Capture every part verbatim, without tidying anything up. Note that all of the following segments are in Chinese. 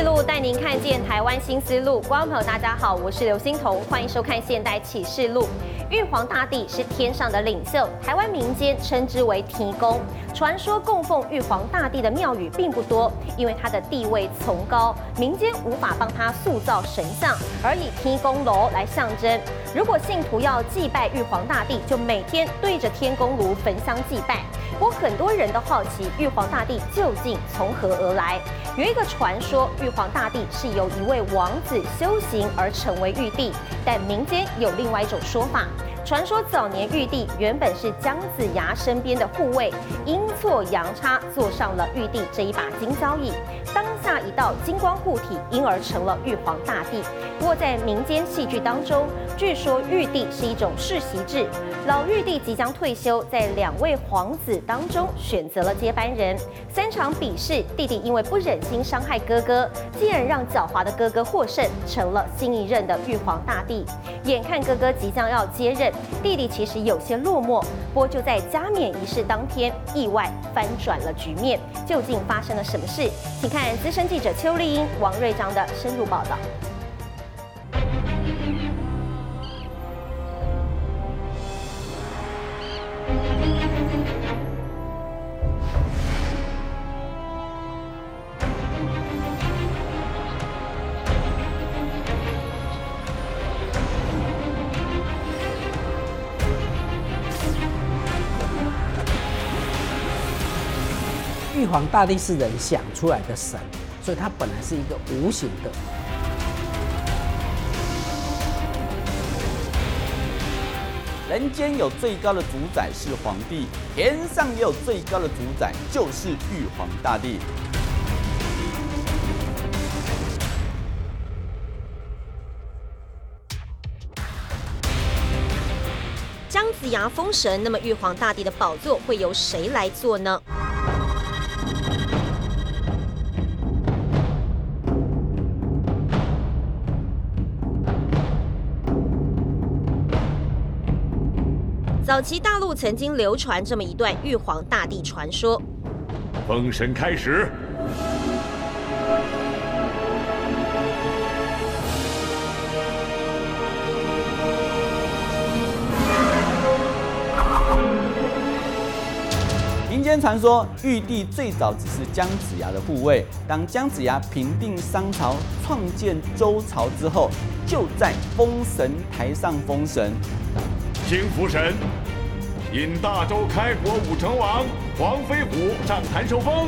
示录带您看见台湾新思路。观众朋友，大家好，我是刘欣彤，欢迎收看《现代启示录》。玉皇大帝是天上的领袖，台湾民间称之为天公。传说供奉玉皇大帝的庙宇并不多，因为他的地位崇高，民间无法帮他塑造神像，而以天公炉来象征。如果信徒要祭拜玉皇大帝，就每天对着天公炉焚香祭拜。不过很多人都好奇，玉皇大帝究竟从何而来？有一个传说，玉皇大帝是由一位王子修行而成为玉帝，但民间有另外一种说法。传说早年玉帝原本是姜子牙身边的护卫，阴错阳差坐上了玉帝这一把金交椅，当下一道金光护体，因而成了玉皇大帝。不过在民间戏剧当中，据说玉帝是一种世袭制，老玉帝即将退休，在两位皇子当中选择了接班人。三场比试，弟弟因为不忍心伤害哥哥，竟然让狡猾的哥哥获胜，成了新一任的玉皇大帝。眼看哥哥即将要接任，弟弟其实有些落寞，不过就在加冕仪式当天，意外翻转了局面。究竟发生了什么事？请看资深记者邱丽英、王瑞章的深入报道。 玉皇大帝是人想出来的神，所以他本来是一个无形的。 人间有最高的主宰是皇帝，天上也有最高的主宰，就是玉皇大帝。 姜子牙封神，那么玉皇大帝的宝座会由谁来做呢？早期大陆曾经流传这么一段玉皇大帝传说： 封神开始， 民间传说，玉帝最早只是姜子牙的护卫。当姜子牙平定商朝、创建周朝之后，就在封神台上封神。 请福神，引大周开国武成王黄飞虎上坛受封。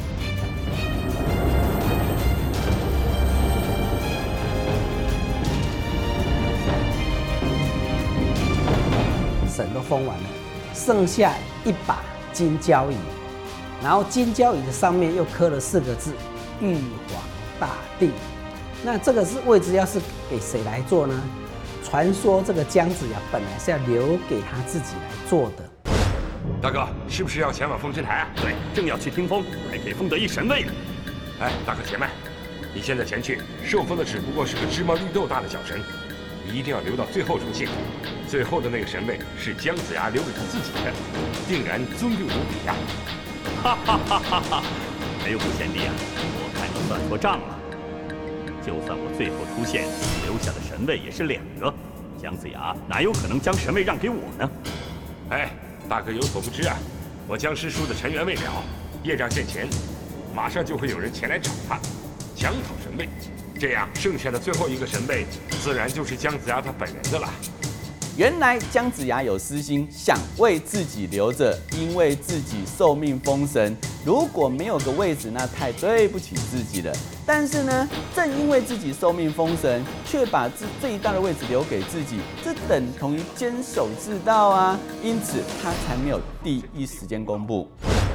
神都封完了，剩下一把金交椅，然后金交椅的上面又刻了四个字“玉皇大帝”。那这个是位置要是给谁来做呢？传说这个姜子牙本来是要留给他自己来做的。 大哥，是不是要前往封神台啊？ 对，正要去听封，还可以封得一神位呢。 哎，大哥且慢，你现在前去，受封的只不过是个芝麻绿豆大的小神，你一定要留到最后出现。最后的那个神位是姜子牙留给他自己的，定然尊贵无比呀！ 哈哈哈哈哈！没有贤弟啊，我看你算错账了。就算我最后出现，留下的神位也是两个，姜子牙哪有可能将神位让给我呢？ 哎，大哥有所不知啊，我僵尸书的尘缘未了，业障现前，马上就会有人前来找他，抢讨神位，这样剩下的最后一个神位，自然就是姜子牙他本人的了。 原来姜子牙有私心，想为自己留着，因为自己受命封神，如果没有个位置，那太对不起自己了。但是呢，正因为自己受命封神，却把这最大的位置留给自己，这等同于监守自盗啊！因此他才没有第一时间公布。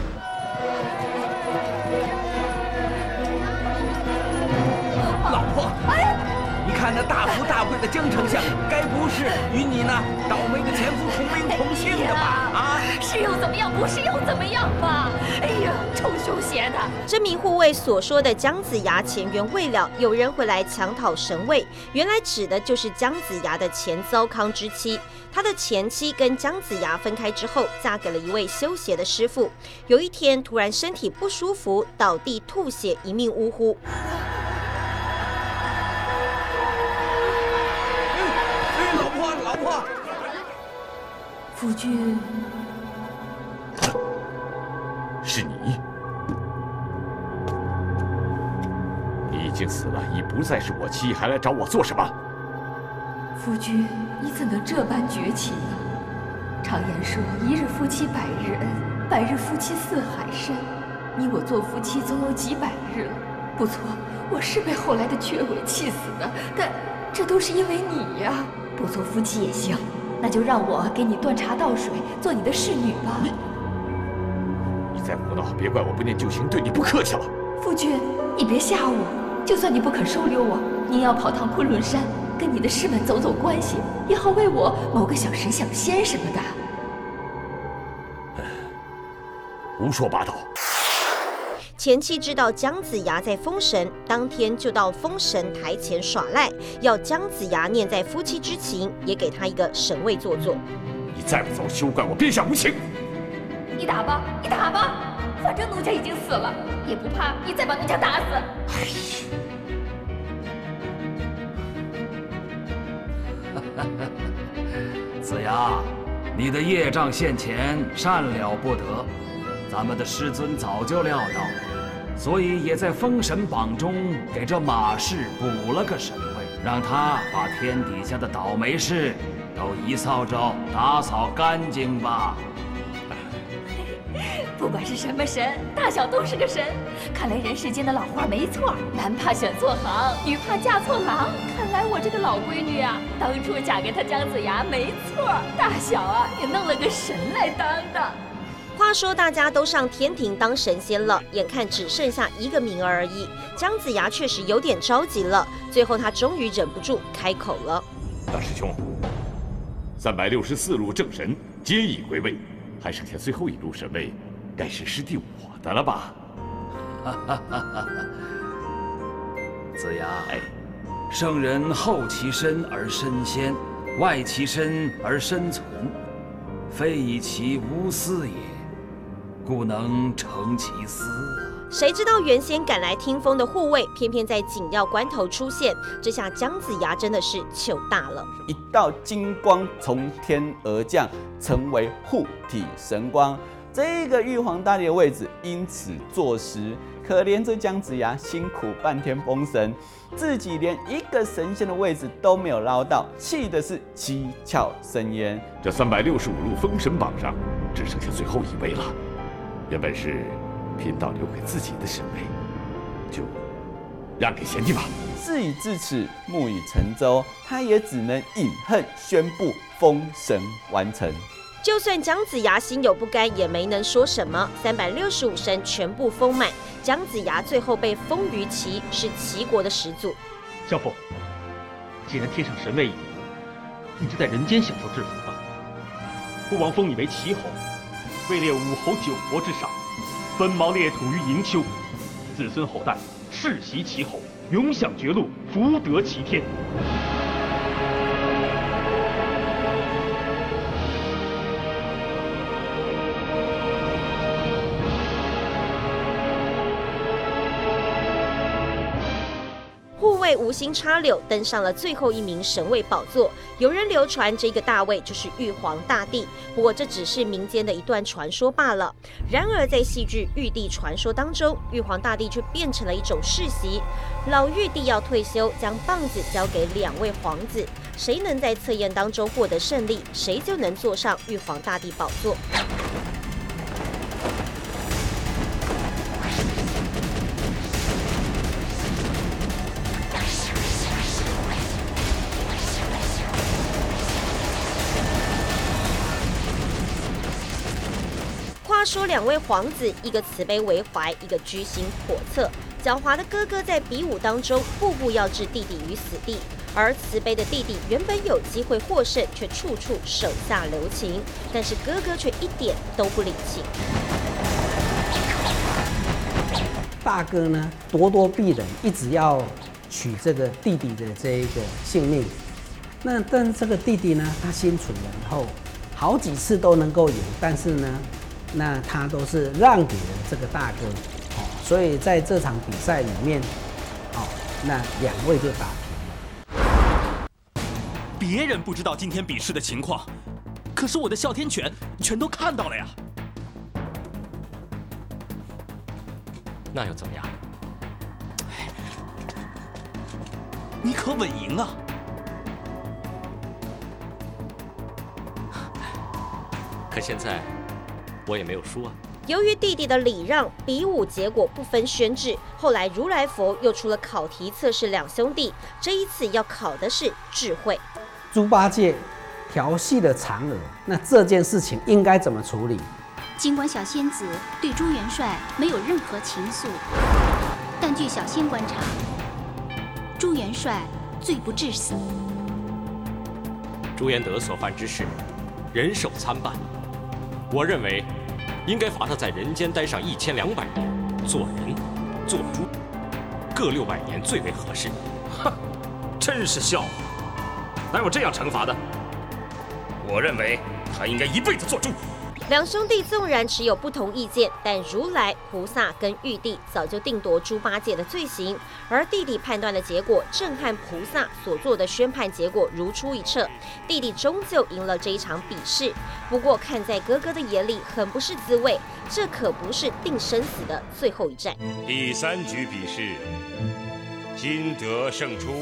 老婆，哎，你看那大富大贵的姜丞相，该不是与你那倒霉的前夫同名同姓的吧？啊， 是又怎么样？不是又怎么样吧？哎呀，臭凶邪的！ 这名护卫所说的姜子牙前缘未了，有人会来抢讨神位，原来指的就是姜子牙的前糟糠之妻。他的前妻跟姜子牙分开之后，嫁给了一位修邪的师傅。有一天突然身体不舒服，倒地吐血，一命呜呼。 夫君， 是你。你已经死了，已不再是我妻，还来找我做什么？ 夫君，你怎能这般绝情呢？常言说，一日夫妻百日恩，百日夫妻似海深。你我做夫妻总有几百日了。不错，我是被后来的缺尾气死的，但这都是因为你呀。不做夫妻也行，那就让我给你端茶倒水，做你的侍女吧。 你你再胡闹，别怪我不念旧情，对你不客气了。 夫君，你别吓我，就算你不肯收留我，你也要跑趟昆仑山，跟你的师们走走关系，也好为我谋个小神小仙什么的。 胡说八道！ 前妻知道姜子牙在封神，当天就到封神台前耍赖，要姜子牙念在夫妻之情，也给他一个神位坐坐。 你再不走，休怪我鞭下无情！ 你打吧，你打吧，反正奴家已经死了，也不怕你再把奴家打死。 哎呀！子牙，你的业障现前，善了不得。咱们的师尊早就料到，所以也在封神榜中给这马氏补了个神位，让他把天底下的倒霉事都一扫帚打扫干净吧。 不管是什么神，大小都是个神。看来人世间的老话没错，男怕选错行，女怕嫁错郎。看来我这个老闺女啊，当初嫁给他姜子牙没错，大小啊也弄了个神来当的。 话说大家都上天庭当神仙了，眼看只剩下一个名额而已，姜子牙确实有点着急了。最后他终于忍不住开口了：“ 大师兄，三百六十四路正神皆已归位，还剩下最后一路神位，该是师弟我的了吧？” 子牙，哎，圣人后其身而身先，外其身而身存，非以其无私也，故能成其私啊！ 谁知道原先赶来听风的护卫，偏偏在紧要关头出现，这下姜子牙真的是糗大了。 一道金光从天而降，成为护体神光。这个玉皇大帝的位置因此坐实。可怜这姜子牙辛苦半天封神，自己连一个神仙的位置都没有捞到，气的是七窍生烟。 这三百六十五路封神榜上只剩下最后一位了，原本是贫道留给自己的神位，就让给贤弟吧。 事已至此，木已成舟，他也只能饮恨宣布封神完成。 就算姜子牙心有不甘，也没能说什么。三百六十五神全部丰满，姜子牙最后被封于齐，是齐国的始祖。 萧凤，既然贴上神位，你就在人间享受制服吧。父王封你为齐侯，位列武侯九国之上，分毛裂土于营丘，子孙后代世袭齐侯，永享绝路，福德齐天。 护卫无心插柳，登上了最后一名神位宝座。有人流传这个大位就是玉皇大帝，不过这只是民间的一段传说罢了。然而在戏剧《玉帝传说》当中，玉皇大帝却变成了一种世袭。老玉帝要退休，将棒子交给两位皇子，谁能在测验当中获得胜利，谁就能坐上玉皇大帝宝座。话说两位皇子，一个慈悲为怀，一个居心叵测。狡猾的哥哥在比武当中，步步要置弟弟于死地；而慈悲的弟弟原本有机会获胜，却处处手下留情。但是哥哥却一点都不领情。 大哥呢，咄咄逼人，一直要取这个弟弟的这一个性命。那但这个弟弟呢，他心存仁厚，好几次都能够赢，但是呢，那他都是让给了这个大哥，哦，所以在这场比赛里面，哦，那两位就打平了。 别人不知道今天比试的情况，可可是我的哮天犬全都看到了呀。 那又怎么样？ 你可稳赢啊！ 可现在我也没有输啊。 由于弟弟的礼让，比武结果不分轩轾。后来如来佛又出了考题测试两兄弟，这一次要考的是智慧。 猪八戒调戏了嫦娥，那这件事情应该怎么处理？ 尽管小仙子对朱元帅没有任何情愫，但据小仙观察，朱元帅罪不至死。 朱元德所犯之事，人兽参半，我认为应该罚他在人间待上一千两百年，做人做猪各六百年最为合适。 哼，真是笑话！哪有这样惩罚的？我认为他应该一辈子做猪。 两兄弟纵然持有不同意见，但如来、菩萨跟玉帝早就定夺猪八戒的罪行，而弟弟判断的结果正和菩萨所做的宣判结果如出一辙，弟弟终究赢了这一场比试。不过看在哥哥的眼里很不是滋味，这可不是定生死的最后一战。 第三局比试，金德胜出。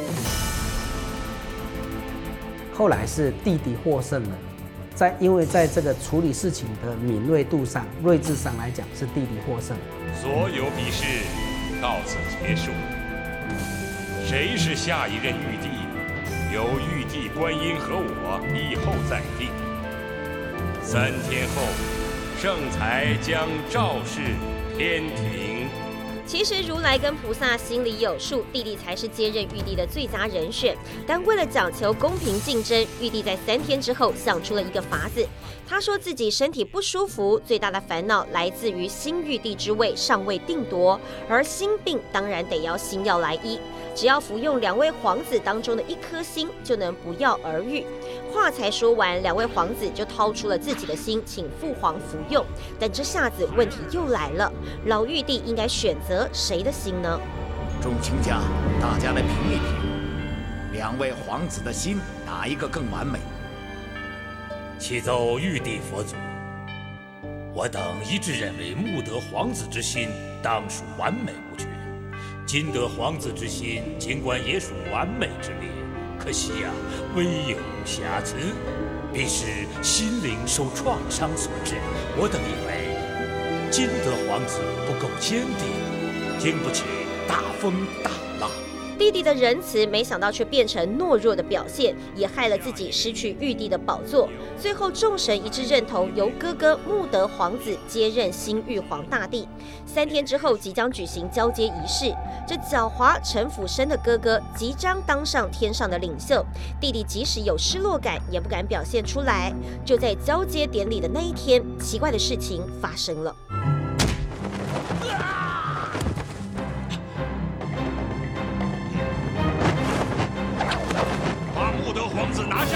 后来是弟弟获胜了。在因为在这个处理事情的敏锐度上、睿智上来讲，是弟弟获胜。 所有比试到此结束。谁是下一任玉帝，由玉帝观音和我以后再定。三天后，圣才将昭示天庭。 其实如来跟菩萨心里有数，弟弟才是接任玉帝的最佳人选。但为了讲求公平竞争，玉帝在三天之后想出了一个法子。他说自己身体不舒服，最大的烦恼来自于新玉帝之位尚未定夺，而心病当然得要新药来医。只要服用两位皇子当中的一颗心，就能不药而愈。话才说完，两位皇子就掏出了自己的心，请父皇服用。但这下子问题又来了，老玉帝应该选择谁的心呢？ 众卿家，大家来评一评，两位皇子的心哪一个更完美？ 启奏玉帝佛祖，我等一致认为穆德皇子之心当属完美无缺，金德皇子之心尽管也属完美之列，可惜呀、啊，微有瑕疵，必是心灵受创伤所致。我等以为金德皇子不够坚定，经不起大风大浪。 弟弟的仁慈，没想到却变成懦弱的表现，也害了自己失去玉帝的宝座。最后众神一致认同由哥哥穆德皇子接任新玉皇大帝。三天之后即将举行交接仪式，这狡猾城府深的哥哥即将当上天上的领袖，弟弟即使有失落感也不敢表现出来。就在交接典礼的那一天，奇怪的事情发生了。 穆德皇子拿下！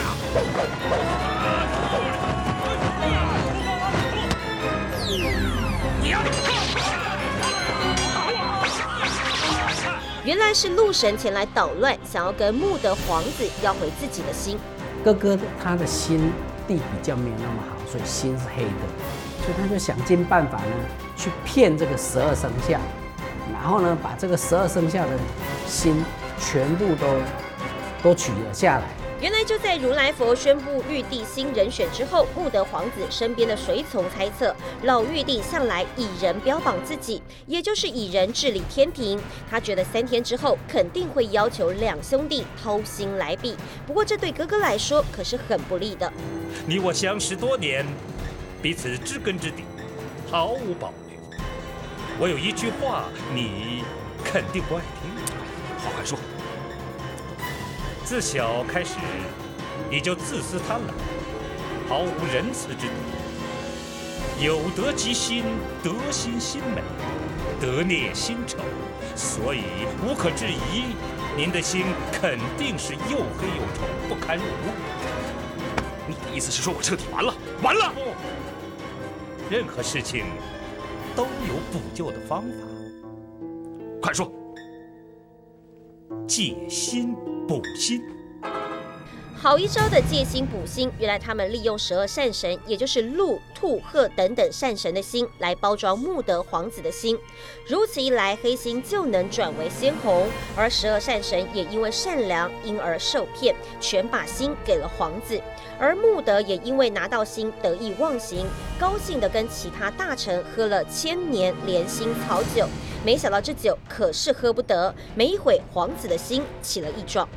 原来是陆神前来捣乱，想要跟穆德皇子要回自己的心。 哥哥他的心地比较没有那么好，所以心是黑的，所以他就想尽办法呢，去骗这个十二生肖，然后呢，把这个十二生肖的心全部都都取了下来。 原来就在如来佛宣布玉帝新人选之后，穆德皇子身边的随从猜测，老玉帝向来以人标榜自己，也就是以人治理天庭。他觉得三天之后肯定会要求两兄弟掏心来比，不过这对哥哥来说可是很不利的。 你我相识多年，彼此知根知底，毫无保留。我有一句话，你肯定不爱听， 好汉说。 自小开始，你就自私贪婪，毫无仁慈之德。有德即心，德心心美，德孽心丑，所以无可置疑，您的心肯定是又黑又丑，不堪入目。 你的意思是说我彻底完了？完了！ 任何事情都有补救的方法。 快说！ 戒心补心。 好一招的借星补星，原来他们利用十二善神，也就是鹿、兔、鹤等等善神的星，来包装穆德皇子的心。如此一来，黑星就能转为鲜红，而十二善神也因为善良，因而受骗，全把心给了皇子。而穆德也因为拿到星得意忘形，高兴地跟其他大臣喝了千年连心草酒，没想到这酒可是喝不得，没一会皇子的心起了异状。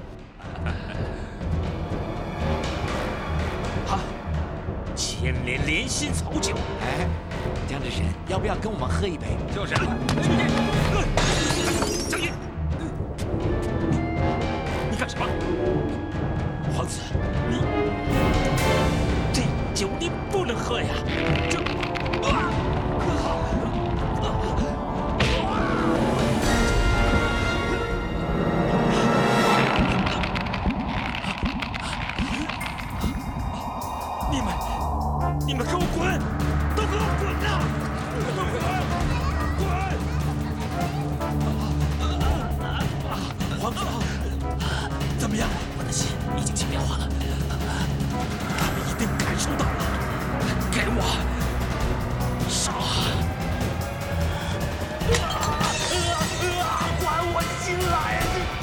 哈，千年连心草酒， 哎，江志神，要不要跟我们喝一杯？ 就是。将军，你干什么？皇子，你这酒你不能喝呀！这啊！你们，你们给我滚！都给我滚呐！都给我滚！皇子，怎么样？我的心已经起变化了，他们一定感受到了。给我杀！还我心来！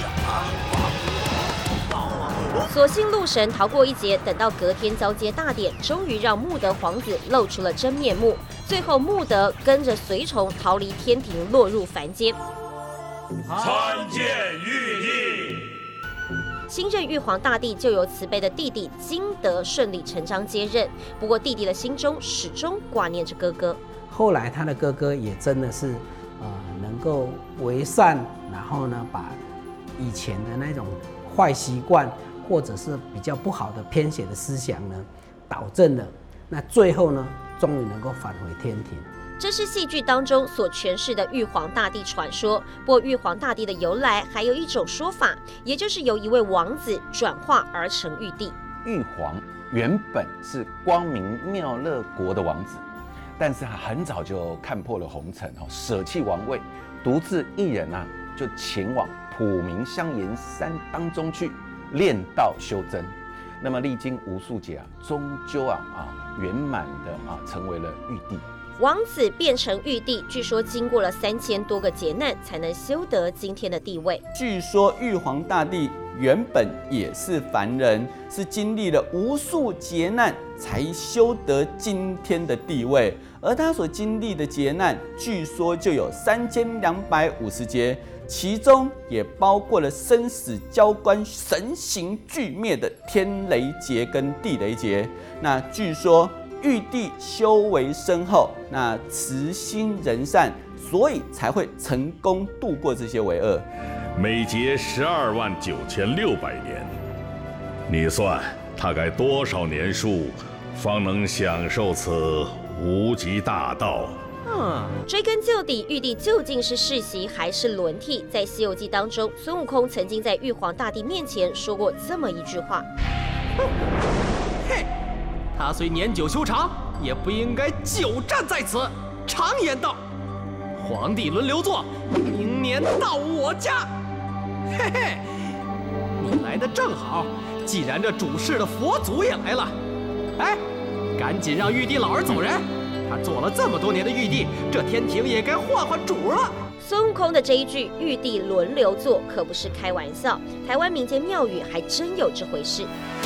所幸陆神逃过一劫，等到隔天交接大典，终于让穆德皇子露出了真面目。最后，穆德跟着随从逃离天庭，落入凡间。 参见玉帝。 新任玉皇大帝就由慈悲的弟弟金德顺理成章接任，不过弟弟的心中始终挂念着哥哥。 后来他的哥哥也真的是，呃，能够为善，然后呢，把以前的那种坏习惯或者是比较不好的偏邪的思想呢，导正了。那最后呢，终于能够返回天庭。 这是戏剧当中所诠释的玉皇大帝传说。不过，玉皇大帝的由来还有一种说法，也就是由一位王子转化而成玉帝。 玉皇原本是光明妙乐国的王子，但是他很早就看破了红尘，舍弃王位，独自一人啊，就前往普明香岩山当中去练道修真。那么历经无数劫啊，终究啊啊圆满的啊成为了玉帝。 王子变成玉帝，据说经过了三千多个劫难，才能修得今天的地位。 据说玉皇大帝原本也是凡人，是经历了无数劫难才修得今天的地位，而他所经历的劫难，据说就有三千两百五十劫，其中也包括了生死交关、神形俱灭的天雷劫跟地雷劫。那据说玉帝修为深厚，那慈心仁善，所以才会成功度过这些为厄。 每劫十二万九千六百年，你算他该多少年数，方能享受此无极大道？ 嗯，追根究底，玉帝究竟是世袭还是轮替？在《西游记》当中，孙悟空曾经在玉皇大帝面前说过这么一句话： 嘿，他虽年久修长，也不应该久战在此。常言道，皇帝轮流坐，明年到我家。嘿嘿，你来的正好，既然这主事的佛祖也来了，哎，赶紧让玉帝老儿走人。他做了这么多年的玉帝，这天庭也该换换主了。 孙悟空的这一句“玉帝轮流坐”可不是开玩笑，台湾民间庙宇还真有这回事。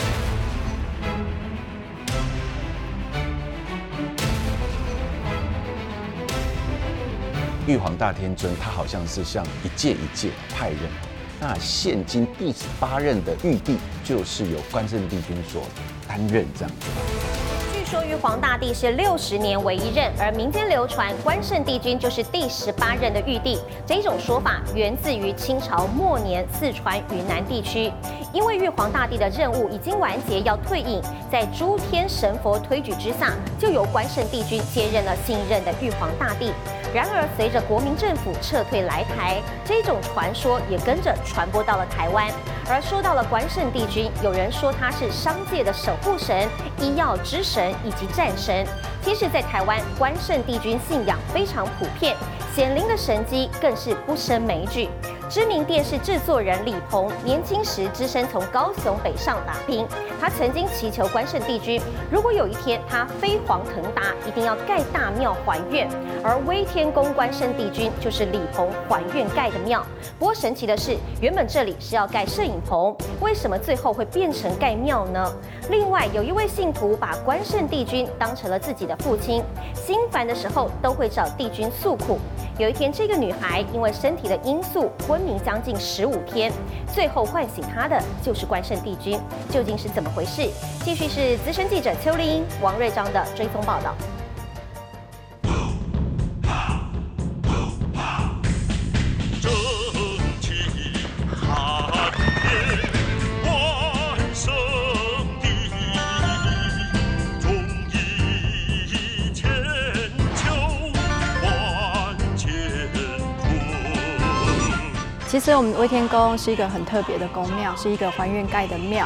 玉皇大天尊他好像是像一届一届派任，那现今第十八任的玉帝就是由关圣帝君所担任这样子。 据说玉皇大帝是六十年为一任，而民间流传关圣帝君就是第十八任的玉帝。这一种说法源自于清朝末年四川云南地区，因为玉皇大帝的任务已经完结，要退隐，在诸天神佛推举之下，就由关圣帝君接任了新任的玉皇大帝。然而，随着国民政府撤退来台，这种传说也跟着传播到了台湾。而说到了关圣帝君，有人说他是商界的守护神、医药之神以及战神。其实，在台湾，关圣帝君信仰非常普遍，显灵的神迹更是不胜枚举。 知名电视制作人李鹏，年轻时只身从高雄北上打拼。他曾经祈求关圣帝君，如果有一天他飞黄腾达，一定要盖大庙还愿。而威天宫关圣帝君就是李鹏还愿盖的庙。不过神奇的是，原本这里是要盖摄影棚，为什么最后会变成盖庙呢？另外，有一位信徒把关圣帝君当成了自己的父亲，心烦的时候都会找帝君诉苦。有一天，这个女孩因为身体的因素昏迷将近十五天，最后唤醒她的就是关圣帝君。究竟是怎么回事？继续是资深记者邱丽英、王瑞章的追踪报道。 其实我们威天宫是一个很特别的宫庙，是一个还愿盖的庙。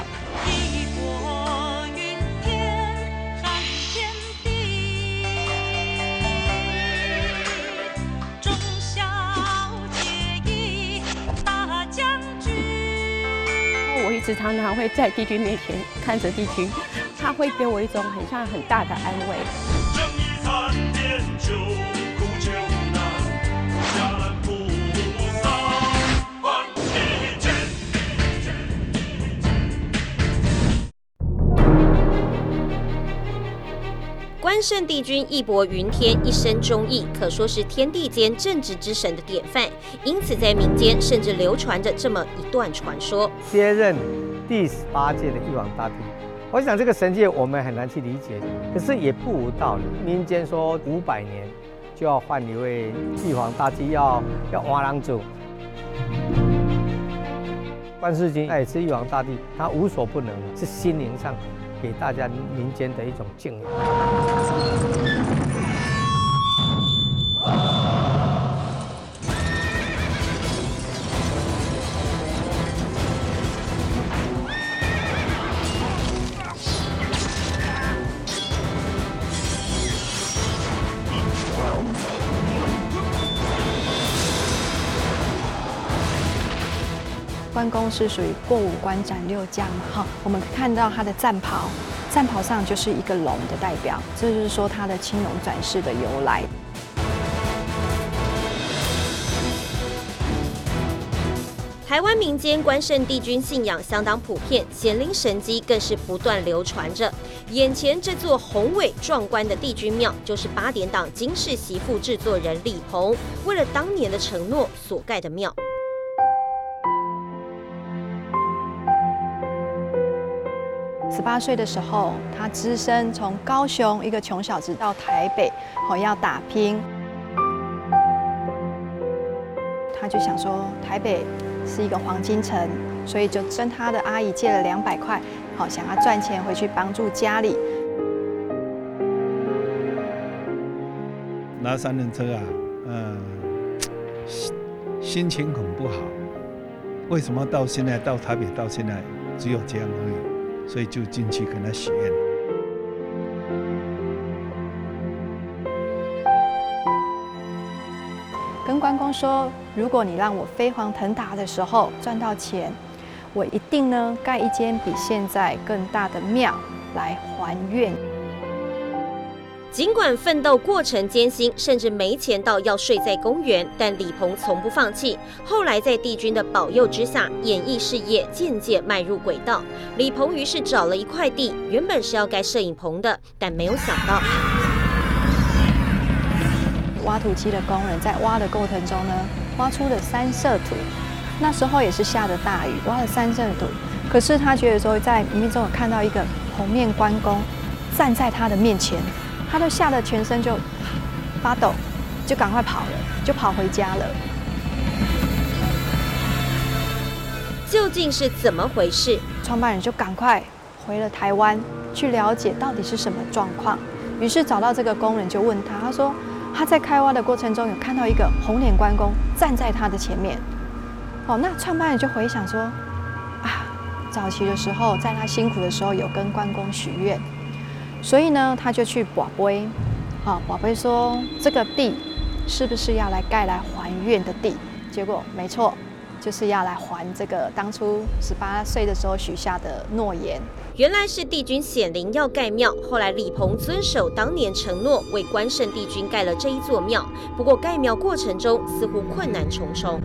我一直常常会在帝君面前看着帝君，他会给我一种很像很大的安慰。 关圣帝君义薄云天，一生忠义，可说是天地间正直之神的典范。因此，在民间甚至流传着这么一段传说： 接任第十八届的玉皇大帝。我想这个神迹我们很难去理解，可是也不无道理。民间说五百年就要换一位玉皇大帝，要要挖郎主。关世君他也是玉皇大帝，他无所不能，是心灵上给大家民间的一种敬仰。 关公是属于过五关斩六将嘛，哈，我们看到他的战袍，战袍上就是一个龙的代表，这就是说他的青龙转世的由来。 台湾民间关圣帝君信仰相当普遍，显灵神迹更是不断流传着。眼前这座宏伟壮观的帝君庙，就是八点档金氏媳妇制作人李鹏为了当年的承诺所盖的庙。 十八岁的时候，他只身从高雄一个穷小子到台北，哦，要打拼。他就想说，台北是一个黄金城，所以就跟他的阿姨借了两百块，好，想要赚钱回去帮助家里。 拿三轮车啊，嗯，心情很不好。为什么到现在到台北到现在只有这样而已？所以就进去跟他许愿。 跟关公说，如果你让我飞黄腾达的时候赚到钱，我一定呢盖一间比现在更大的庙来还愿。 尽管奋斗过程艰辛，甚至没钱到要睡在公园，但李鹏从不放弃。后来在帝君的保佑之下，演艺事业渐渐迈入轨道。李鹏于是找了一块地，原本是要盖摄影棚的，但没有想到， 挖土机的工人在挖的过程中呢，挖出了三色土。那时候也是下着大雨，挖了三色土。可是他觉得说，在冥冥中有看到一个红面关公站在他的面前。他都吓得全身就发抖，就赶快跑了，就跑回家了。 究竟是怎么回事？ 创办人就赶快回了台湾，去了解到底是什么状况。于是找到这个工人，就问他，他说他在开挖的过程中有看到一个红脸关公站在他的前面。哦，那创办人就回想说，啊，早期的时候，在他辛苦的时候，有跟关公许愿。所以呢，他就去跋杯，好，跋杯说这个地是不是要来盖来还愿的地？结果没错， 就是要来还这个当初十八岁的时候许下的诺言。 原来是帝君显灵要盖庙，后来李鹏遵守当年承诺，为关圣帝君盖了这一座庙。不过盖庙过程中似乎困难重重。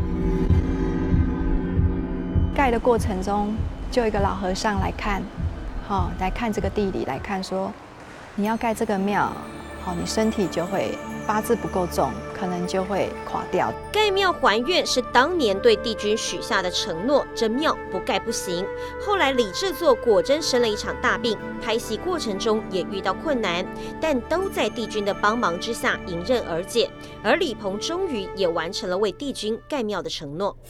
盖的过程中，就有一个老和尚来看，好、哦、来看这个地理，来看说，你要盖这个庙，好、哦，你身体就会八字不够重，可能就会垮掉。 盖庙还愿是当年对帝君许下的承诺，这庙不盖不行。后来李制作果真生了一场大病，拍戏过程中也遇到困难，但都在帝君的帮忙之下迎刃而解。而李鹏终于也完成了为帝君盖庙的承诺。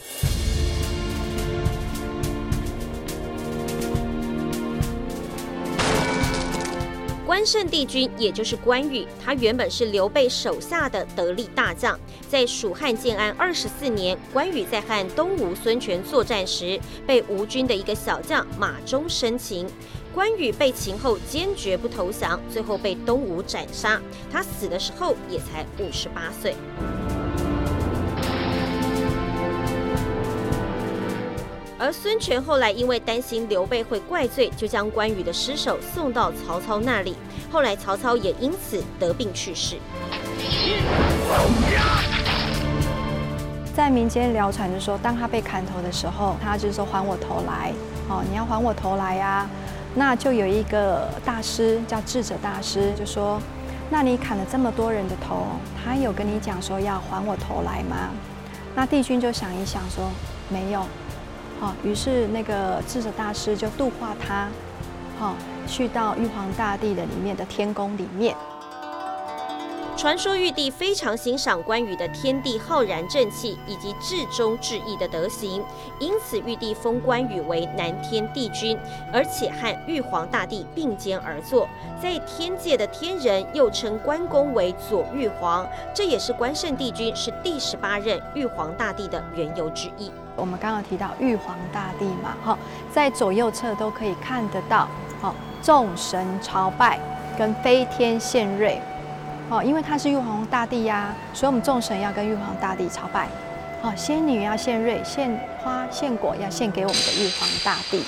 关圣帝君也就是关羽，他原本是刘备手下的得力大将。在蜀汉建安二十四年，关羽在和东吴孙权作战时，被吴军的一个小将马忠生擒。关羽被擒后坚决不投降，最后被东吴斩杀。他死的时候也才五十八岁。而孙权后来因为担心刘备会怪罪，就将关羽的尸首送到曹操那里。后来曹操也因此得病去世。 在民间谣传就说，当他被砍头的时候，他就说还我头来，哦，你要还我头来呀、啊。那就有一个大师叫智者大师，就说，那你砍了这么多人的头，他有跟你讲说要还我头来吗？那帝君就想一想说，没有。好，于是那个智者大师就度化他，好，去到玉皇大帝的里面的天宫里面。 传说玉帝非常欣赏关羽的天地浩然正气以及至忠至义的德行，因此玉帝封关羽为南天帝君，而且和玉皇大帝并肩而坐。在天界的天人又称关公为左玉皇，这也是关圣帝君是第十八任玉皇大帝的缘由之一。 我们刚刚提到玉皇大帝嘛，哈，在左右侧都可以看得到，好，众神朝拜跟飞天献瑞。哦，因为他是玉皇大帝呀、啊，所以我们众神要跟玉皇大帝朝拜。哦，仙女要献瑞、献花、献果，要献给我们的玉皇大帝。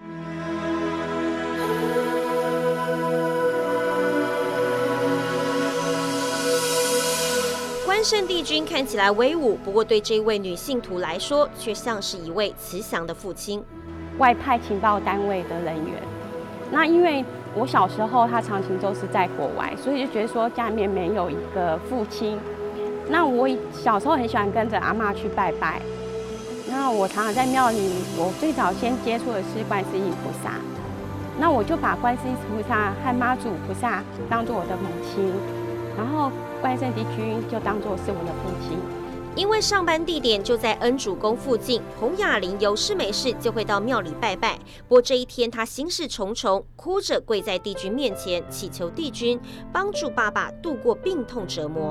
关圣帝君看起来威武，不过对这位女信徒来说，却像是一位慈祥的父亲。 外派情报单位的人员，那因为我小时候，他常常都是在国外，所以就觉得说家里面没有一个父亲。那我小时候很喜欢跟着阿嬷去拜拜。那我常常在庙里，我最早先接触的是观世音菩萨。那我就把观世音菩萨和妈祖菩萨当作我的母亲，然后关圣帝君就当作是我的父亲。 因为上班地点就在恩主宫附近，洪雅玲有事没事就会到庙里拜拜。不过这一天，她心事重重，哭着跪在帝君面前，祈求帝君帮助爸爸度过病痛折磨。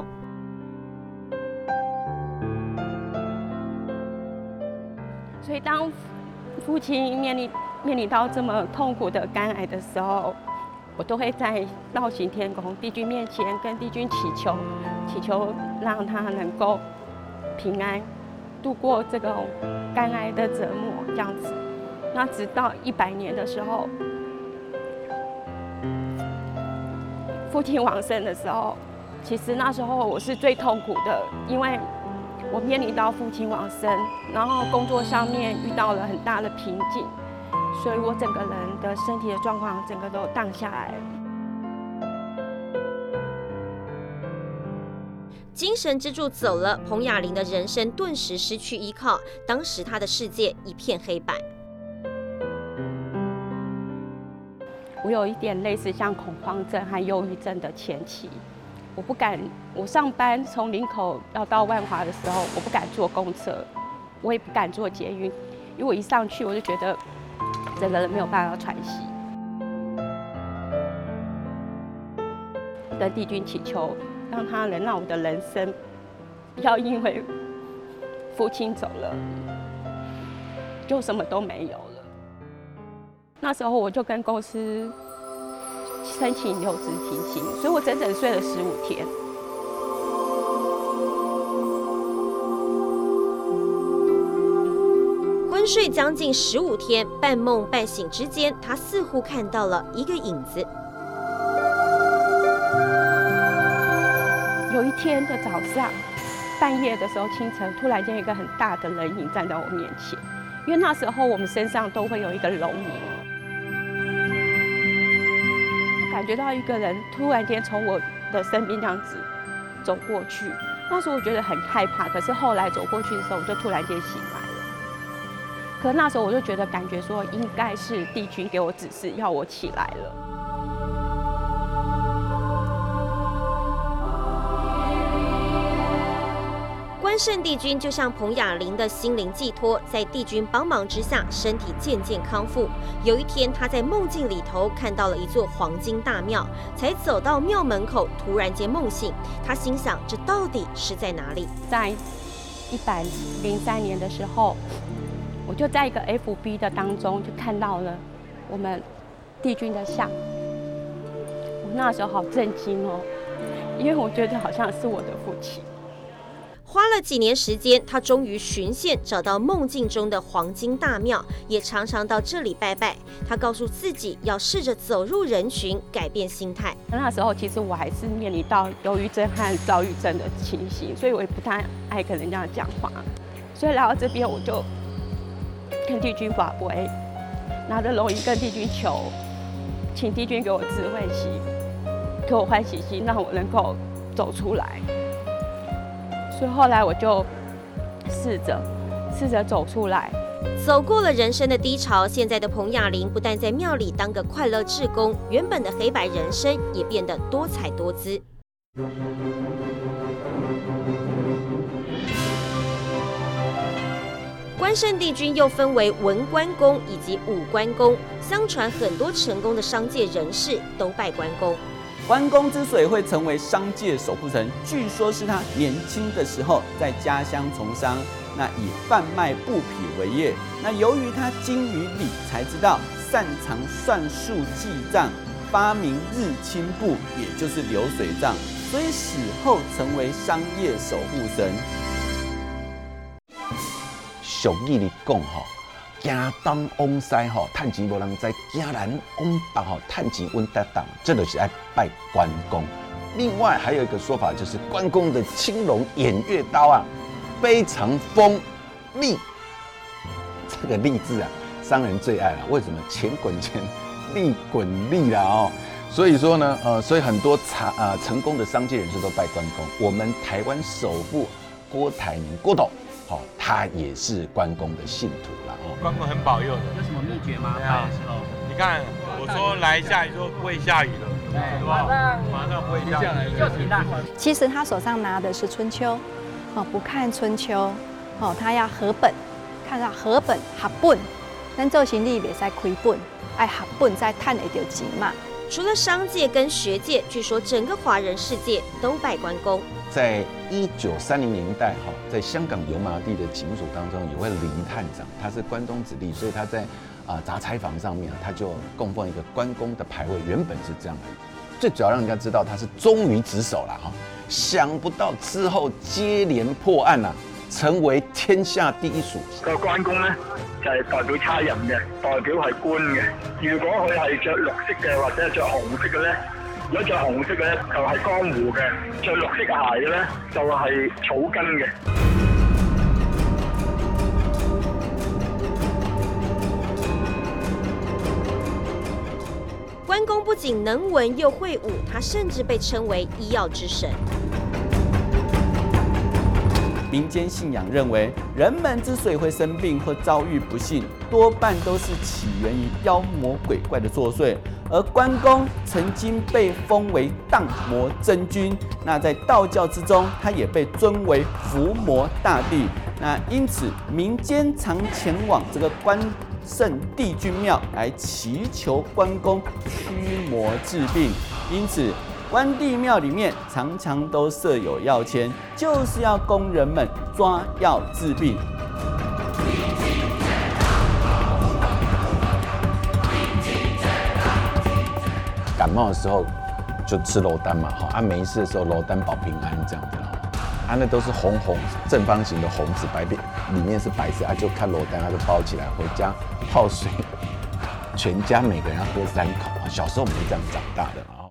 所以，当父亲面临面临到这么痛苦的肝癌的时候，我都会在绕行天宫帝君面前跟帝君祈求，祈求让他能够平安度过这个肝癌的折磨，这样子。那直到一百年的时候，父亲往生的时候，其实那时候我是最痛苦的，因为我面临到父亲往生，然后工作上面遇到了很大的瓶颈，所以我整个人的身体的状况整个都荡下来了。 精神支柱走了，洪雅玲的人生顿时失去依靠。当时她的世界一片黑白。 我有一点类似像恐慌症和忧郁症的前期，我不敢，我上班从林口要到万华的时候，我不敢坐公车，我也不敢坐捷运，因为我一上去我就觉得整个人没有办法喘息。跟帝君祈求，让他能让我的人生不要因为父亲走了就什么都没有了。那时候我就跟公司申请留职停薪，所以我整整睡了十五天。 昏睡将近十五天，半梦半醒之间，他似乎看到了一个影子。 有一天的早上，半夜的时候，清晨突然间有一个很大的人影站在我面前，因为那时候我们身上都会有一个龙影，感觉到一个人突然间从我的身边这样子走过去。那时候我觉得很害怕，可是后来走过去的时候，我就突然间醒来了。可那时候我就觉得感觉说，应该是帝君给我指示要我起来了。 关圣帝君就像彭雅玲的心灵寄托，在帝君帮忙之下，身体渐渐康复。有一天，他在梦境里头看到了一座黄金大庙，才走到庙门口，突然间梦醒。他心想，这到底是在哪里？ 在一百零三年的时候，我就在一个 F B 的当中就看到了我们帝君的像。我那时候好震惊哦，因为我觉得好像是我的父亲。 花了几年时间，他终于循线找到梦境中的黄金大庙，也常常到这里拜拜。他告诉自己要试着走入人群，改变心态。 那时候其实我还是面临到忧郁症和躁郁症的情形，所以我也不太爱跟人家讲话。所以来到这边，我就跟帝君法杯，拿着龙仪跟帝君求，请帝君给我智慧心，给我欢喜心，让我能够走出来。所以后来我就试着试着走出来， 走过了人生的低潮。现在的彭雅玲不但在庙里当个快乐志工，原本的黑白人生也变得多彩多姿。关圣帝君又分为文关公以及武关公，相传很多成功的商界人士都拜关公。 关公之所以会成为商界守护神，据说是他年轻的时候在家乡从商，那以贩卖布匹为业。那由于他精于理财之道，擅长算术记账，发明日清布，也就是流水账，所以死后成为商业守护神。 俗语里讲吼，行东往西吼，趁钱无人知；行南往北吼，趁钱稳得当。这就是爱拜关公。另外还有一个说法，就是关公的青龙偃月刀啊，非常锋利。这个利字啊，商人最爱了。为什么？钱滚钱，利滚利啦哦。所以说呢，呃，所以很多成呃成功的商界人士都拜关公。我们台湾首富郭台铭郭董。好，他也是关公的信徒了哦。 关公很保佑的， 有什么秘诀吗？ 对啊，你看我说来下雨就不会下雨了，对吧？马上不会下雨就停了。 其实他手上拿的是春秋，哦，不看春秋，哦，他要合本，看到合本合本，咱做生意袂使亏本，爱合本才赚得到钱嘛。 除了商界跟学界，据说整个华人世界都拜关公。 在一九三零年代，哈，在香港油麻地的警署当中，有位李探长，他是关东子弟，所以他在啊杂差房上面，他就供奉一个关公的牌位，原本是这样的。最主要让人家知道他是忠于职守啦，哈。想不到之后接连破案啦，成為天下第一數。 個關公咧就係代表差人嘅，代表係官嘅。如果佢係着綠色嘅或者係着紅色嘅咧，如果着紅色嘅咧就係江湖嘅，着綠色嘅鞋嘅咧就係草根嘅。 關公不僅能文又會武，他甚至被稱為醫藥之神。 民間信仰認為，人們之所以會生病或遭遇不幸，多半都是起源於妖魔鬼怪的作祟。而關公曾經被封為蕩魔真君，那在道教之中，他也被尊為伏魔大帝。那因此，民間常前往這個關聖帝君廟來祈求關公驅魔治病。因此，關帝廟裡面常常都設有藥籤，就是要供人們抓藥治病。 感冒的時候就吃羅丹嘛，哈啊沒事的時候羅丹保平安這樣子哈。 啊，那都是红红正方形的红纸白边，里面是白色啊，就看罗丹啊，就包起来回家泡水，全家每个人要喝三口。小时候我们是这样长大的啊。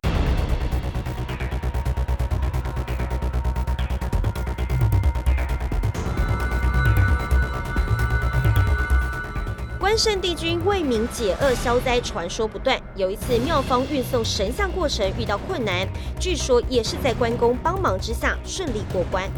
关圣帝君为民解厄消灾，传说不断。有一次庙方运送神像过程遇到困难，据说也是在关公帮忙之下顺利过关。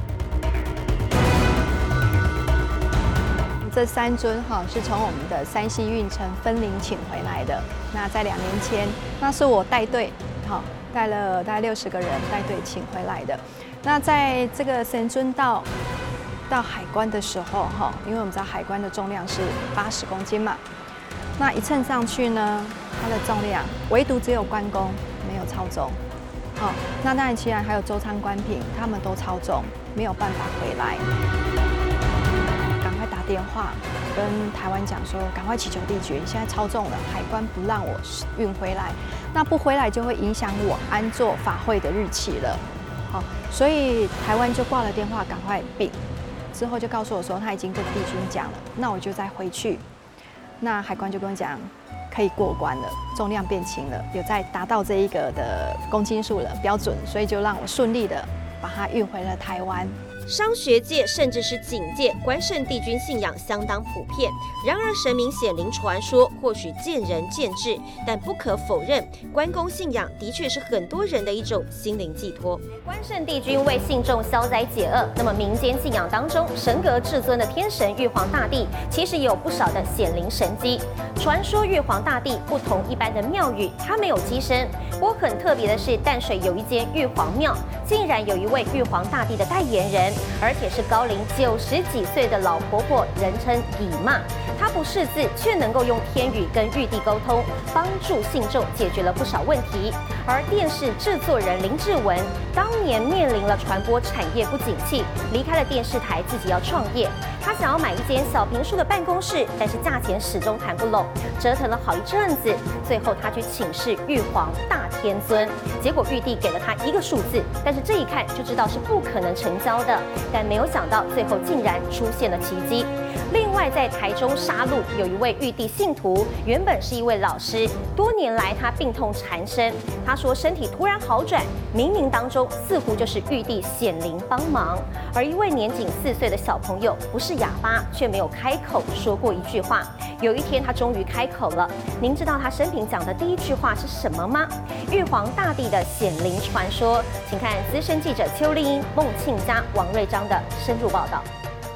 这三尊哈是从我们的山西运城分灵请回来的。那在两年前，那是我带队，哈带了大概六十个人带队请回来的。那在这个神尊到到海关的时候，哈，因为我们知道海关的重量是八十公斤嘛，那一称上去呢，它的重量唯独只有关公没有超重，好，那当然其他还有周仓关平他们都超重，没有办法回来，赶快打电话跟台湾讲说，赶快祈求帝君，现在超重了，海关不让我运回来，那不回来就会影响我安坐法会的日期了，好，所以台湾就挂了电话，赶快禀。之后就告诉我说他已经跟帝君讲了，那我就再回去。那海关就跟我讲可以过关了，重量变轻了，有在达到这一个的公斤数了标准，所以就让我顺利的把它运回了台湾。 商学界甚至是警界，关圣帝君信仰相当普遍。然而神明显灵传说或许见仁见智，但不可否认，关公信仰的确是很多人的一种心灵寄托。关圣帝君为信众消灾解厄，那么民间信仰当中，神格至尊的天神玉皇大帝，其实也有不少的显灵神迹。传说玉皇大帝不同一般的庙宇，他没有机身。不过很特别的是，淡水有一间玉皇庙，竟然有一位玉皇大帝的代言人。而且是高龄九十几岁的老婆婆，人称姨妈。她不识字，却能够用天语跟玉帝沟通，帮助信众解决了不少问题。而电视制作人林志文当年面临了传播产业不景气，离开了电视台，自己要创业。他想要买一间小平数的办公室，但是价钱始终谈不拢，折腾了好一阵子，最后他去请示玉皇大天尊，结果玉帝给了他一个数字，但是这一看就知道是不可能成交的。但没有想到，最后竟然出现了奇迹。另外，在台中沙鹿有一位玉帝信徒，原本是一位老师，多年来他病痛缠身。他说身体突然好转，冥冥当中似乎就是玉帝显灵帮忙。而一位年仅四岁的小朋友，不是哑巴，却没有开口说过一句话。有一天，他终于开口了。您知道他生平讲的第一句话是什么吗？玉皇大帝的显灵传说，请看资深记者邱丽英、孟庆佳、王瑞章的深入报道。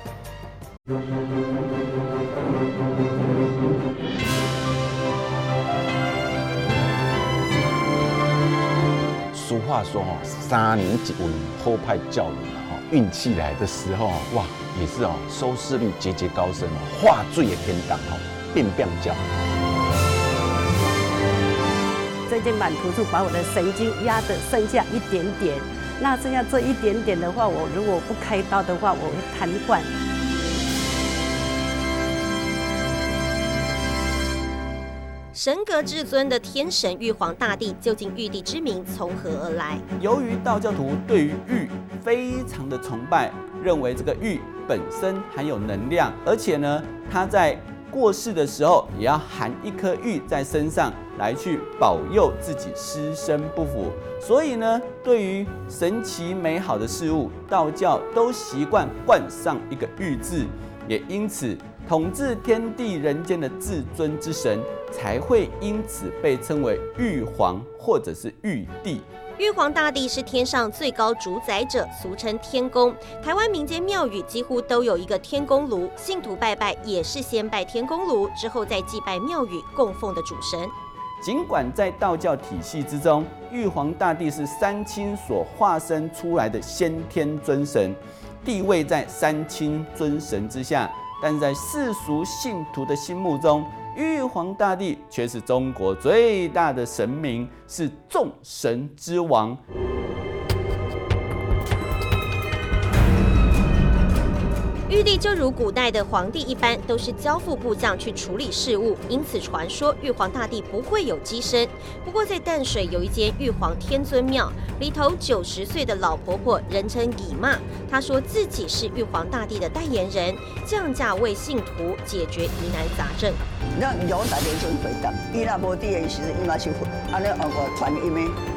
俗话说哦，三年一运，后派教育嘛哈，运气来的时候哇，也是哦，收视率节节高升哦，话最也偏档哦，变变教。 这件满图书把我的神经压得剩下一点点，那剩下这一点点的话，我如果不开刀的话，我会瘫痪。 神格至尊的天神玉皇大帝，究竟玉帝之名从何而来？ 由于道教徒对于玉非常的崇拜，认为这个玉本身含有能量，而且呢，他在过世的时候也要含一颗玉在身上，来去保佑自己尸身不腐。所以呢，对于神奇美好的事物，道教都习惯冠上一个玉字，也因此统治天地人间的至尊之神，才会因此被称为玉皇或者是玉帝。 玉皇大帝是天上最高主宰者，俗称天公。台湾民间庙宇几乎都有一个天公炉，信徒拜拜也是先拜天公炉，之后再祭拜庙宇供奉的主神。 尽管在道教体系之中，玉皇大帝是三清所化身出来的先天尊神，地位在三清尊神之下，但在世俗信徒的心目中，玉皇大帝却是中国最大的神明，是众神之王。 玉帝就如古代的皇帝一般，都是交付部将去处理事务，因此传说玉皇大帝不会有机身。不过在淡水有一间玉皇天尊庙，里头九十岁的老婆婆人称姨妈，她说自己是玉皇大帝的代言人，降价为信徒解决疑难杂症。 咱玉皇大帝尊回答，伊若无伫的时阵，伊嘛是安尼学我传音的。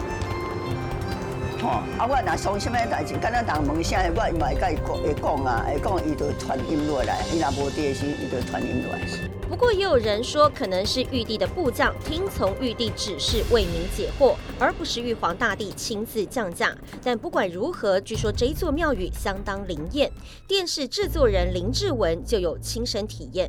哦，啊，我若伤什么代志，敢若人问啥，我嘛会甲伊讲，会讲啊，会讲，伊就传音落来。伊若无伫的时，伊就传音落来。 不过也有人说，可能是玉帝的部将听从玉帝指示为民解惑，而不是玉皇大帝亲自降价。但不管如何，据说这一座庙宇相当灵验。电视制作人林志文就有亲身体验。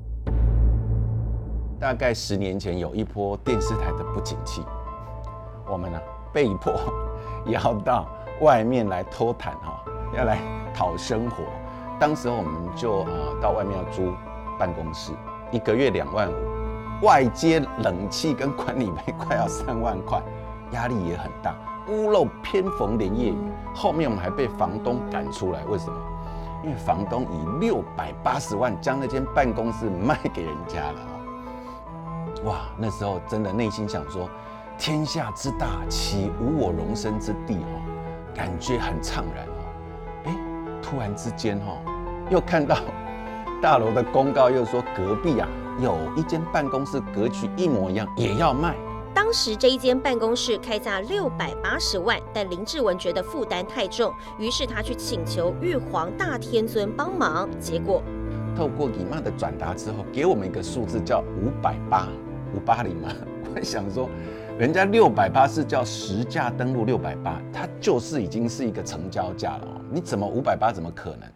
大概十年前有一波电视台的不景气，我们呢被迫。 要到外面来偷谈哈，要来讨生活。当时我们就呃到外面要租办公室，一个月两万五，外接冷气跟管理费快要三万块，压力也很大。屋漏偏逢连夜雨，后面我们还被房东赶出来，为什么？因为房东以六百八十万将那间办公室卖给人家了哦。哇，那时候真的内心想说。 天下之大，岂无我容身之地？哦，感觉很怅然哦。哎，突然之间哦，又看到大楼的公告，又说隔壁啊有一间办公室格局一模一样，也要卖。 当时这一间办公室开价六百八十万，但林志文觉得负担太重，于是他去请求玉皇大天尊帮忙，结果透过姨妈的转达之后，给我们一个数字叫五百八，五八零嘛。我想说。 人家六百八是叫实价登录六百八，它就是已经是一个成交价了哦。你怎么五百八？怎么可能？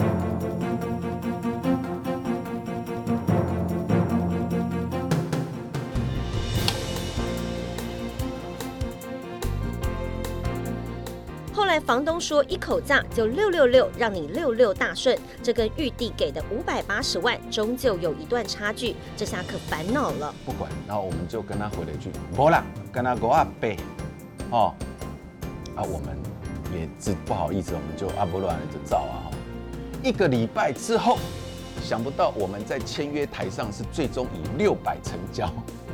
后来房东说一口价就六六六，让你六六大顺，这跟玉帝给的五百八十万终究有一段差距，这下可烦恼了。 不管，然后我们就跟他回了一句：没啦，跟他五啊八，哦，啊，我们也是不好意思，我们就啊不乱就照啊哈。一个礼拜之后，想不到我们在签约台上是最终以六百成交。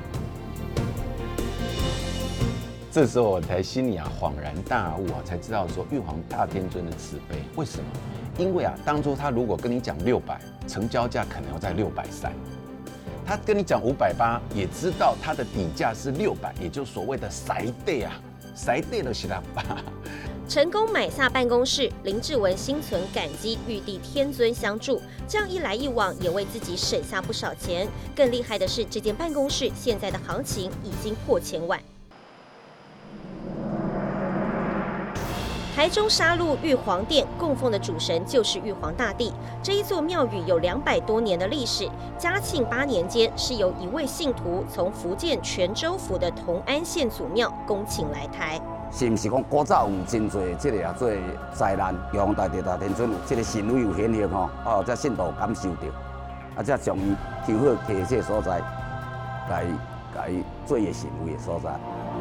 这时候我才心里啊恍然大悟啊，才知道说玉皇大天尊的慈悲。为什么？因为啊，当初他如果跟你讲六百，成交价可能要在六百三；他跟你讲五百八，也知道他的底价是六百，也就是所谓的塞地啊，塞地的是啦吧。 成功买下办公室，林志文心存感激玉帝天尊相助，这样一来一往也为自己省下不少钱。更厉害的是，这间办公室现在的行情已经破千万。 台中沙鹿玉皇殿供奉的主神就是玉皇大帝。这一座庙宇有两百多年的历史。嘉庆八年间，是由一位信徒从福建泉州府的同安县祖庙恭请来台。 是毋是讲古早有真侪即个啊做灾难，玉皇大帝大天尊有即个神威有显现吼，哦，才信徒感受到，啊，才将伊抽好摕这个所在，来来做伊神威的所在。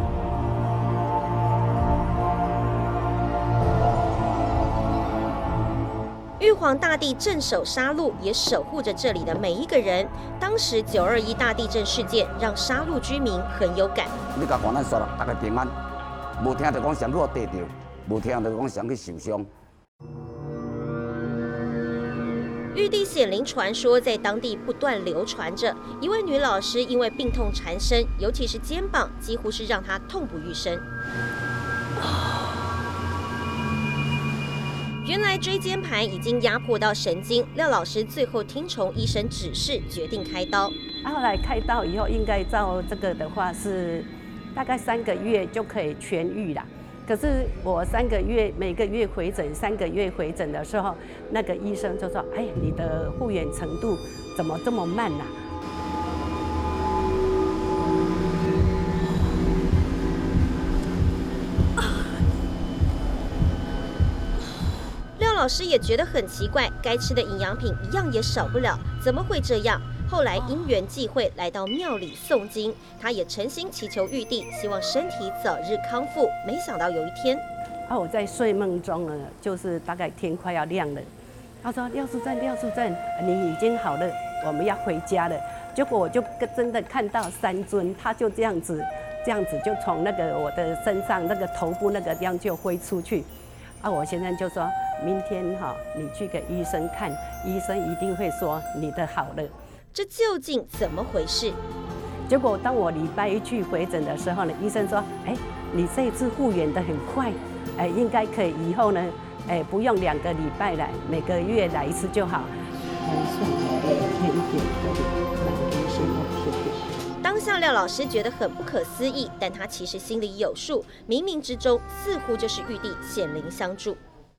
玉皇大帝镇守沙鹿，也守护着这里的每一个人。当时九二一大地震事件让沙鹿居民很有感。 你甲官咱说了，大家平安，无听到讲谁好得着，无听到讲谁去受伤。 玉帝显灵传说在当地不断流传着。一位女老师因为病痛缠身，尤其是肩膀，几乎是让她痛不欲生。原来椎间盘已经压迫到神经，廖老师最后听从医生指示，决定开刀。 啊，后来开刀以后，应该照这个的话是大概三个月就可以痊愈啦。可是我三个月每个月回诊，三个月回诊的时候，那个医生就说：“哎，你的复原程度怎么这么慢呐、啊？” 老师也觉得很奇怪，该吃的营养品一样也少不了，怎么会这样？后来因缘际会来到庙里诵经，他也诚心祈求玉帝，希望身体早日康复。没想到有一天， 啊，我在睡梦中呢，就是大概天快要亮了， 他说廖淑珍，廖淑珍，你已经好了，我们要回家了。结果我就真的看到三尊，他就这样子，这样子就从那个我的身上那个头部那个地方就挥出去。啊，我先生就说明天哈，你去给医生看，医生一定会说你的好了。 这究竟怎么回事？ 结果当我礼拜一去回诊的时候呢，医生说，哎，你这一次复原得很快，哎，应该可以以后呢，哎，不用两个礼拜来，每个月来一次就好。 当下廖老师觉得很不可思议，但他其实心里有数，冥冥之中似乎就是玉帝显灵相助。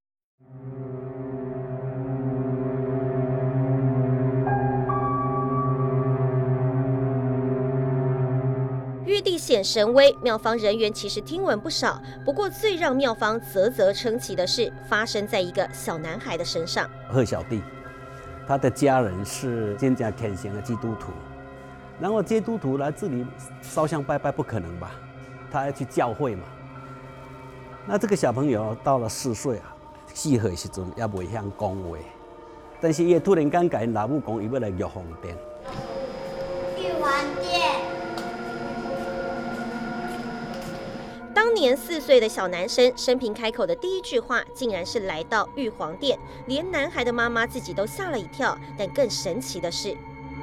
玉帝显神威，庙方人员其实听闻不少。不过最让庙方啧啧称奇的是，发生在一个小男孩的身上。 贺小弟，他的家人是真正虔诚的基督徒，然后基督徒来这里烧香拜拜不可能吧？他要去教会嘛。那这个小朋友到了四岁啊，四岁时阵也未晓讲话，但是伊突然间甲因老母讲，伊要来玉皇殿。 玉皇殿。 当年四岁的小男生生平开口的第一句话，竟然是来到玉皇殿，连男孩的妈妈自己都吓了一跳。但更神奇的是，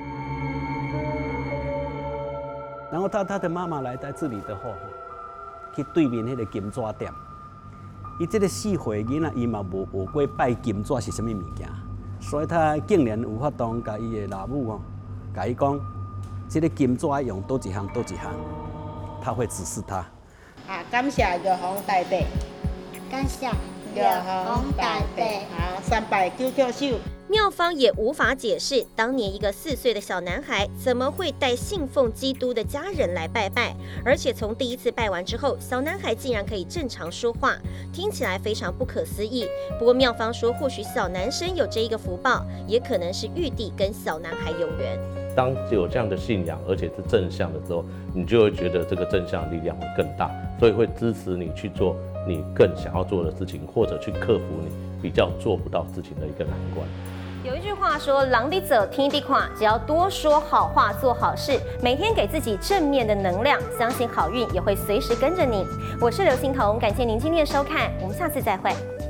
然后他他的妈妈来在这里的话，去对面那个金纸店，伊这个四岁囡仔伊嘛无学过拜金纸是什么物件，所以他竟然有法度甲伊的老母哦，甲伊讲，这个金纸要用多一项多一项，他会指示他。 啊，感谢玉皇大帝，感谢玉皇大帝，好，三拜九叩首。 庙方也无法解释，当年一个四岁的小男孩怎么会带信奉基督的家人来拜拜，而且从第一次拜完之后，小男孩竟然可以正常说话，听起来非常不可思议。不过庙方说，或许小男生有这一个福报，也可能是玉帝跟小男孩有缘。 当有这样的信仰，而且是正向的时候，你就会觉得这个正向力量会更大，所以会支持你去做你更想要做的事情，或者去克服你比较做不到事情的一个难关。 有一句话说，狼的走，听的垮，只要多说好话，做好事，每天给自己正面的能量，相信好运也会随时跟着你。我是刘欣彤，感谢您今天的收看，我们下次再会。